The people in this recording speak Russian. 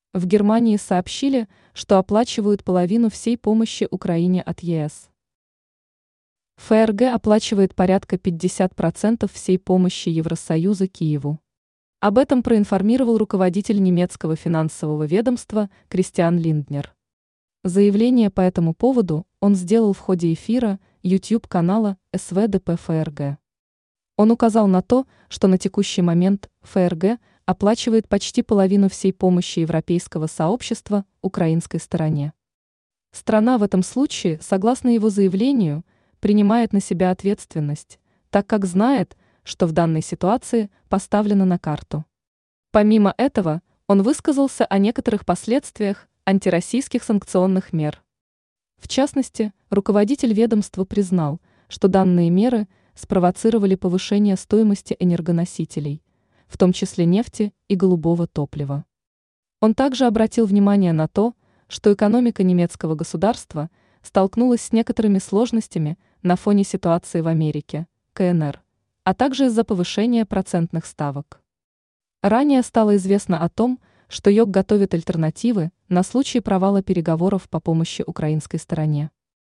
В Германии сообщили, что оплачивают половину всей помощи Украине от ЕС. ФРГ оплачивает порядка 50% всей помощи Евросоюза Киеву. Об этом проинформировал руководитель немецкого финансового ведомства Кристиан Линднер. Заявление по этому поводу он сделал в ходе эфира YouTube-канала СВДП ФРГ. Он указал на то, что на текущий момент ФРГ оплачивает почти половину всей помощи европейского сообщества украинской стороне. Страна в этом случае, согласно его заявлению, принимает на себя ответственность, так как знает, что в данной ситуации поставлено на карту. Помимо этого, он высказался о некоторых последствиях антироссийских санкционных мер. В частности, руководитель ведомства признал, что данные меры спровоцировали повышение стоимости энергоносителей, в том числе нефти и голубого топлива. Он также обратил внимание на то, что экономика немецкого государства столкнулась с некоторыми сложностями на фоне ситуации в Америке, КНР, а также из-за повышения процентных ставок. Ранее стало известно о том, что ЙОК готовит альтернативы на случай провала переговоров по помощи украинской стороне.